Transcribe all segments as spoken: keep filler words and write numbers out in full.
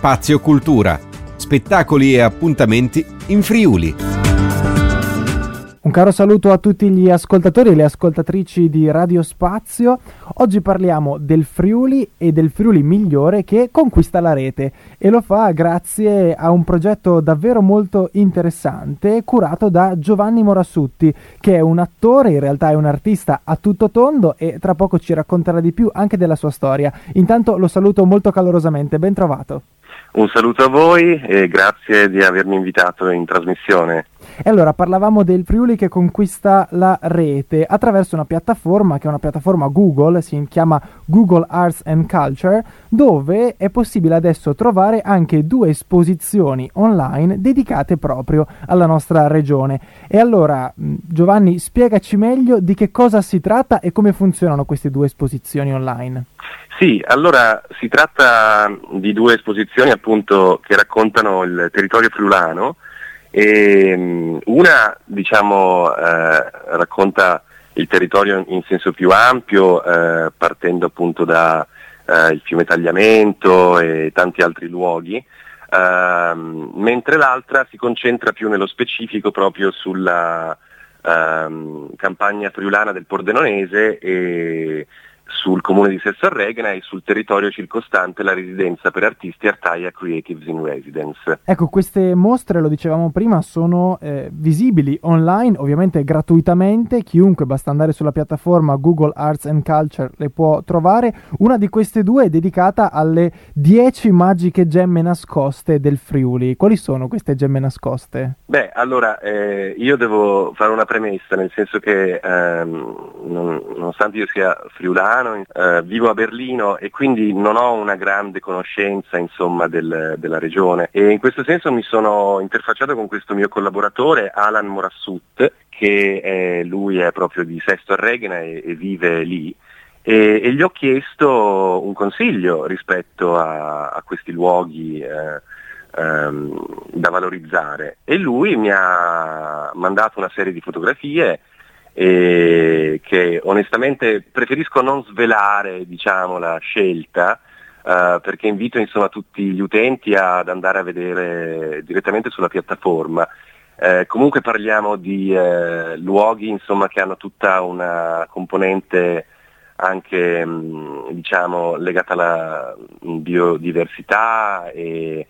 Spazio Cultura, spettacoli e appuntamenti in Friuli. Un caro saluto a tutti gli ascoltatori e le ascoltatrici di Radio Spazio. Oggi parliamo del Friuli e del Friuli migliore che conquista la rete, e lo fa grazie a un progetto davvero molto interessante curato da Giovanni Morassutti, che è un attore, in realtà è un artista a tutto tondo, e tra poco ci racconterà di più anche della sua storia. Intanto lo saluto molto calorosamente, ben trovato. Un saluto a voi e grazie di avermi invitato in trasmissione. E allora parlavamo del Friuli che conquista la rete attraverso una piattaforma che è una piattaforma Google, si chiama Google Arts and Culture, dove è possibile adesso trovare anche due esposizioni online dedicate proprio alla nostra regione. E allora Giovanni, spiegaci meglio di che cosa si tratta e come funzionano queste due esposizioni online. Sì, allora si tratta di due esposizioni appunto che raccontano il territorio friulano. E una diciamo eh, racconta il territorio in senso più ampio, eh, partendo appunto da eh, il fiume Tagliamento e tanti altri luoghi, eh, mentre l'altra si concentra più nello specifico proprio sulla eh, campagna friulana del Pordenonese e sul comune di Sesto Arregna e sul territorio circostante la residenza per artisti Artaia Creatives in Residence. Ecco, queste mostre, lo dicevamo prima, sono eh, visibili online, ovviamente gratuitamente, chiunque basta andare sulla piattaforma Google Arts and Culture le può trovare. Una di queste due è dedicata alle dieci magiche gemme nascoste del Friuli. Quali sono queste gemme nascoste? Beh, allora, eh, io devo fare una premessa, nel senso che ehm, non, nonostante io sia friulano, Uh, vivo a Berlino e quindi non ho una grande conoscenza insomma del, della regione, e in questo senso mi sono interfacciato con questo mio collaboratore Alan Morassut, che è, lui è proprio di Sesto Arregna e, e vive lì, e, e gli ho chiesto un consiglio rispetto a, a questi luoghi eh, ehm, da valorizzare, e lui mi ha mandato una serie di fotografie e che onestamente preferisco non svelare, diciamo, la scelta, uh, perché invito insomma tutti gli utenti ad andare a vedere direttamente sulla piattaforma. Uh, comunque parliamo di uh, luoghi insomma che hanno tutta una componente anche mh, diciamo legata alla biodiversità e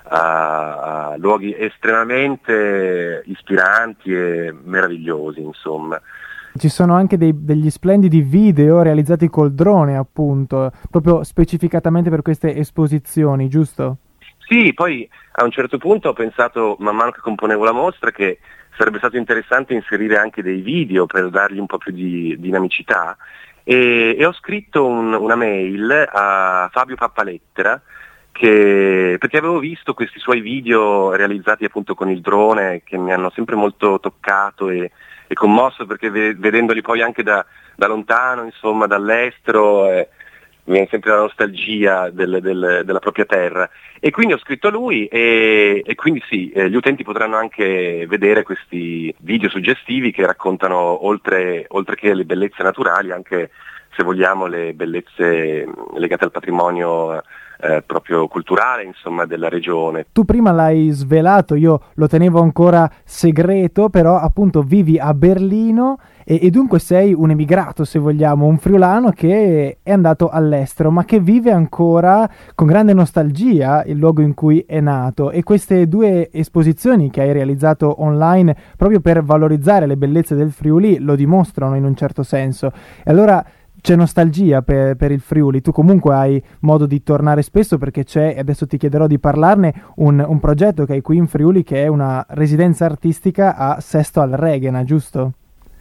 a, a luoghi estremamente ispiranti e meravigliosi, insomma. Ci sono anche dei, degli splendidi video realizzati col drone, appunto, proprio specificatamente per queste esposizioni, giusto? Sì, poi a un certo punto ho pensato, man mano che componevo la mostra, che sarebbe stato interessante inserire anche dei video per dargli un po' più di dinamicità, e, e ho scritto un, una mail a Fabio Pappalettera, che, perché avevo visto questi suoi video realizzati appunto con il drone, che mi hanno sempre molto toccato e, e commosso, perché ve, vedendoli poi anche da, da lontano, insomma dall'estero, eh, mi viene sempre la nostalgia del, del, della propria terra, e quindi ho scritto a lui e, e quindi sì, eh, gli utenti potranno anche vedere questi video suggestivi che raccontano oltre, oltre che le bellezze naturali, anche se vogliamo le bellezze legate al patrimonio Eh, proprio culturale, insomma, della regione. Tu prima l'hai svelato, io lo tenevo ancora segreto, però appunto vivi a Berlino e, e dunque sei un emigrato, se vogliamo, un friulano che è andato all'estero, ma che vive ancora con grande nostalgia il luogo in cui è nato. E queste due esposizioni che hai realizzato online proprio per valorizzare le bellezze del Friuli lo dimostrano in un certo senso. E allora c'è nostalgia per, per il Friuli, tu comunque hai modo di tornare spesso, perché c'è, e adesso ti chiederò di parlarne, un, un progetto che hai qui in Friuli che è una residenza artistica a Sesto Arregna, giusto?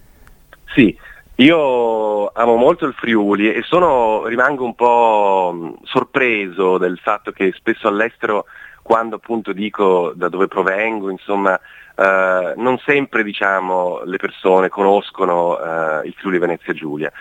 Sì, io amo molto il Friuli e sono, rimango un po' sorpreso del fatto che spesso all'estero, quando appunto dico da dove provengo, insomma, eh, non sempre diciamo le persone conoscono eh, il Friuli Venezia Giulia.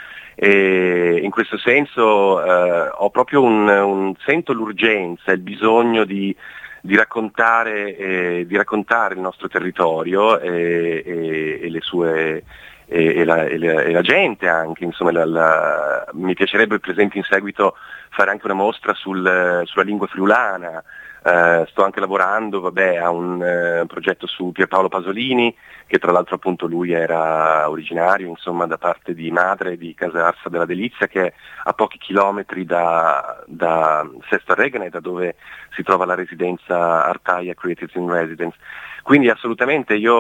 E in questo senso eh, ho proprio un, un sento l'urgenza, il bisogno di, di raccontare eh, di raccontare il nostro territorio e, e, e le sue e, e, la, e, la, e la gente anche, insomma la, la, mi piacerebbe per esempio in seguito fare anche una mostra sul, sulla lingua friulana. Uh, sto anche lavorando vabbè, a un uh, progetto su Pierpaolo Pasolini, che tra l'altro appunto lui era originario insomma da parte di madre di Casarsa della Delizia, che è a pochi chilometri da, da Sesto Regane, da dove si trova la residenza Artaia Creatives in Residence. Quindi assolutamente io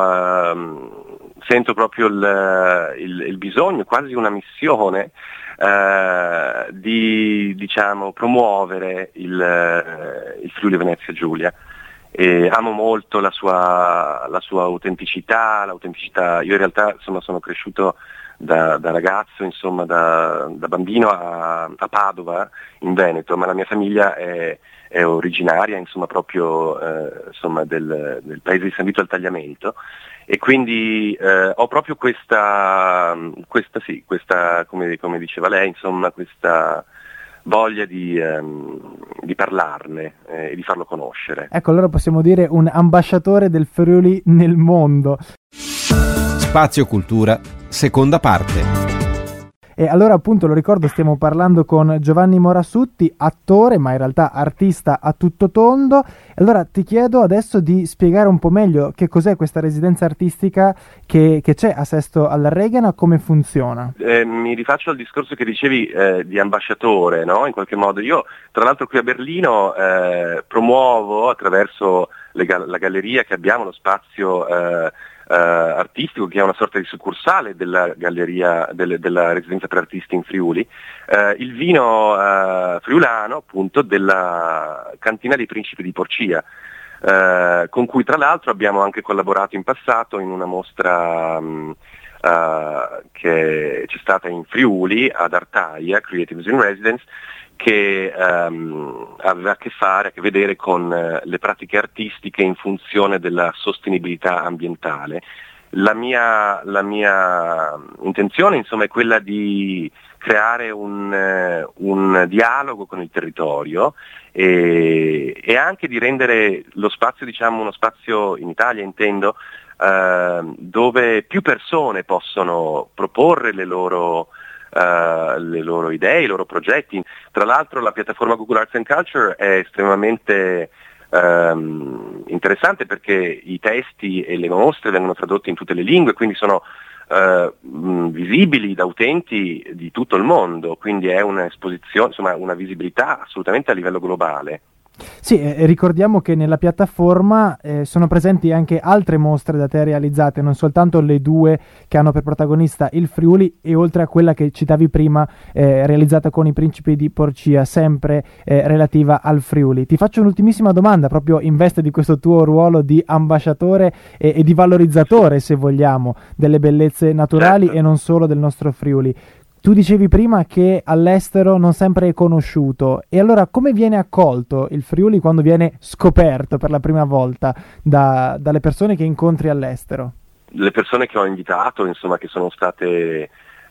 uh, sento proprio il, il, il bisogno, quasi una missione, Uh, di diciamo promuovere il, uh, il Friuli Venezia Giulia. E amo molto la sua, la sua autenticità, l'autenticità. Io in realtà insomma sono cresciuto da, da ragazzo, insomma da, da bambino a, a Padova in Veneto, ma la mia famiglia è, è originaria insomma proprio uh, insomma del, del paese di San Vito al Tagliamento. E quindi eh, ho proprio questa, questa sì, questa, come, come diceva lei, insomma, questa voglia di, ehm, di parlarne eh, e di farlo conoscere. Ecco, allora possiamo dire un ambasciatore del Friuli nel mondo. Spazio Cultura, seconda parte. E allora appunto lo ricordo, stiamo parlando con Giovanni Morasutti, attore ma in realtà artista a tutto tondo. Allora ti chiedo adesso di spiegare un po' meglio che cos'è questa residenza artistica che, che c'è a Sesto alla Regana, come funziona. Eh, mi rifaccio al discorso che dicevi eh, di ambasciatore, no? In qualche modo io tra l'altro qui a Berlino eh, promuovo attraverso le ga- la galleria che abbiamo, lo spazio eh, Uh, artistico, che è una sorta di succursale della galleria del, della residenza per artisti in Friuli, uh, il vino uh, friulano appunto della cantina dei Principi di Porcia, uh, con cui tra l'altro abbiamo anche collaborato in passato in una mostra um, uh, che c'è stata in Friuli ad Artaia Creatives in Residence, che um, aveva a che fare, a che vedere con uh, le pratiche artistiche in funzione della sostenibilità ambientale. La mia, la mia intenzione insomma è quella di creare un, uh, un dialogo con il territorio e, e anche di rendere lo spazio, diciamo uno spazio in Italia intendo, uh, dove più persone possono proporre le loro Uh, le loro idee, i loro progetti. Tra l'altro la piattaforma Google Arts and Culture è estremamente um, interessante perché i testi e le mostre vengono tradotti in tutte le lingue, quindi sono uh, mh, visibili da utenti di tutto il mondo, quindi è un'esposizione, insomma una visibilità assolutamente a livello globale. Sì, eh, ricordiamo che nella piattaforma eh, sono presenti anche altre mostre da te realizzate, non soltanto le due che hanno per protagonista il Friuli e oltre a quella che citavi prima eh, realizzata con i Principi di Porcia, sempre eh, relativa al Friuli. Ti faccio un'ultimissima domanda proprio in veste di questo tuo ruolo di ambasciatore e, e di valorizzatore, se vogliamo, delle bellezze naturali certo. E non solo del nostro Friuli. Tu dicevi prima che all'estero non sempre è conosciuto, e allora come viene accolto il Friuli quando viene scoperto per la prima volta da, dalle persone che incontri all'estero? Le persone che ho invitato, insomma, che sono state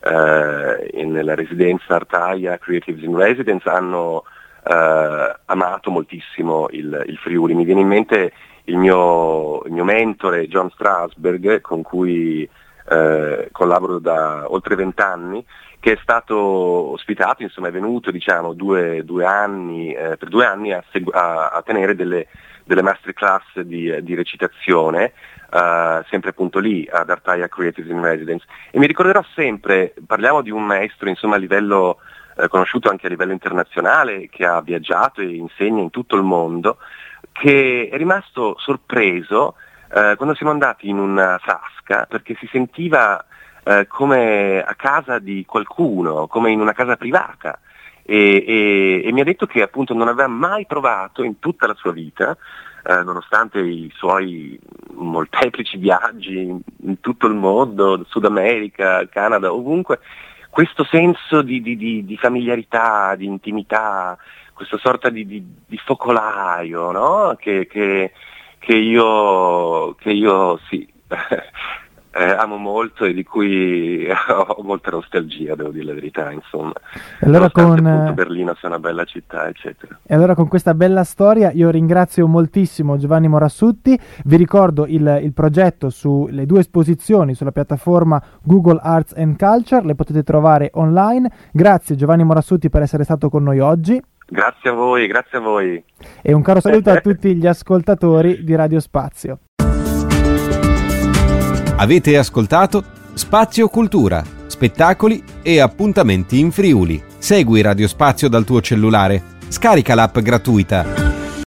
eh, nella residenza Artaia Creatives in Residence, hanno eh, amato moltissimo il, il Friuli. Mi viene in mente il mio, il mio mentore John Strasberg, con cui eh, collaboro da oltre vent'anni, che è stato ospitato, insomma è venuto diciamo due, due anni, eh, per due anni a, segu- a, a tenere delle, delle masterclass di, di recitazione, uh, sempre appunto lì ad Artaia Creatives in Residence. E mi ricorderò sempre, parliamo di un maestro insomma a livello eh, conosciuto anche a livello internazionale, che ha viaggiato e insegna in tutto il mondo, che è rimasto sorpreso eh, quando siamo andati in una frasca, perché si sentiva Uh, come a casa di qualcuno, come in una casa privata, e, e, e mi ha detto che appunto non aveva mai provato in tutta la sua vita, uh, nonostante i suoi molteplici viaggi in, in tutto il mondo, Sud America, Canada, ovunque, questo senso di, di, di, di familiarità, di intimità, questa sorta di, di, di focolaio, no? che, che, che io, che io sì. eh, amo molto e di cui ho molta nostalgia, devo dire la verità, insomma. E allora con appunto Berlino sia una bella città, eccetera. E allora con questa bella storia io ringrazio moltissimo Giovanni Morassutti, vi ricordo il, il progetto sulle due esposizioni sulla piattaforma Google Arts and Culture, le potete trovare online. Grazie Giovanni Morassutti per essere stato con noi oggi. Grazie a voi, grazie a voi. E un caro saluto a tutti gli ascoltatori di Radio Spazio. Avete ascoltato Spazio Cultura, spettacoli e appuntamenti in Friuli. Segui Radio Spazio dal tuo cellulare. Scarica l'app gratuita.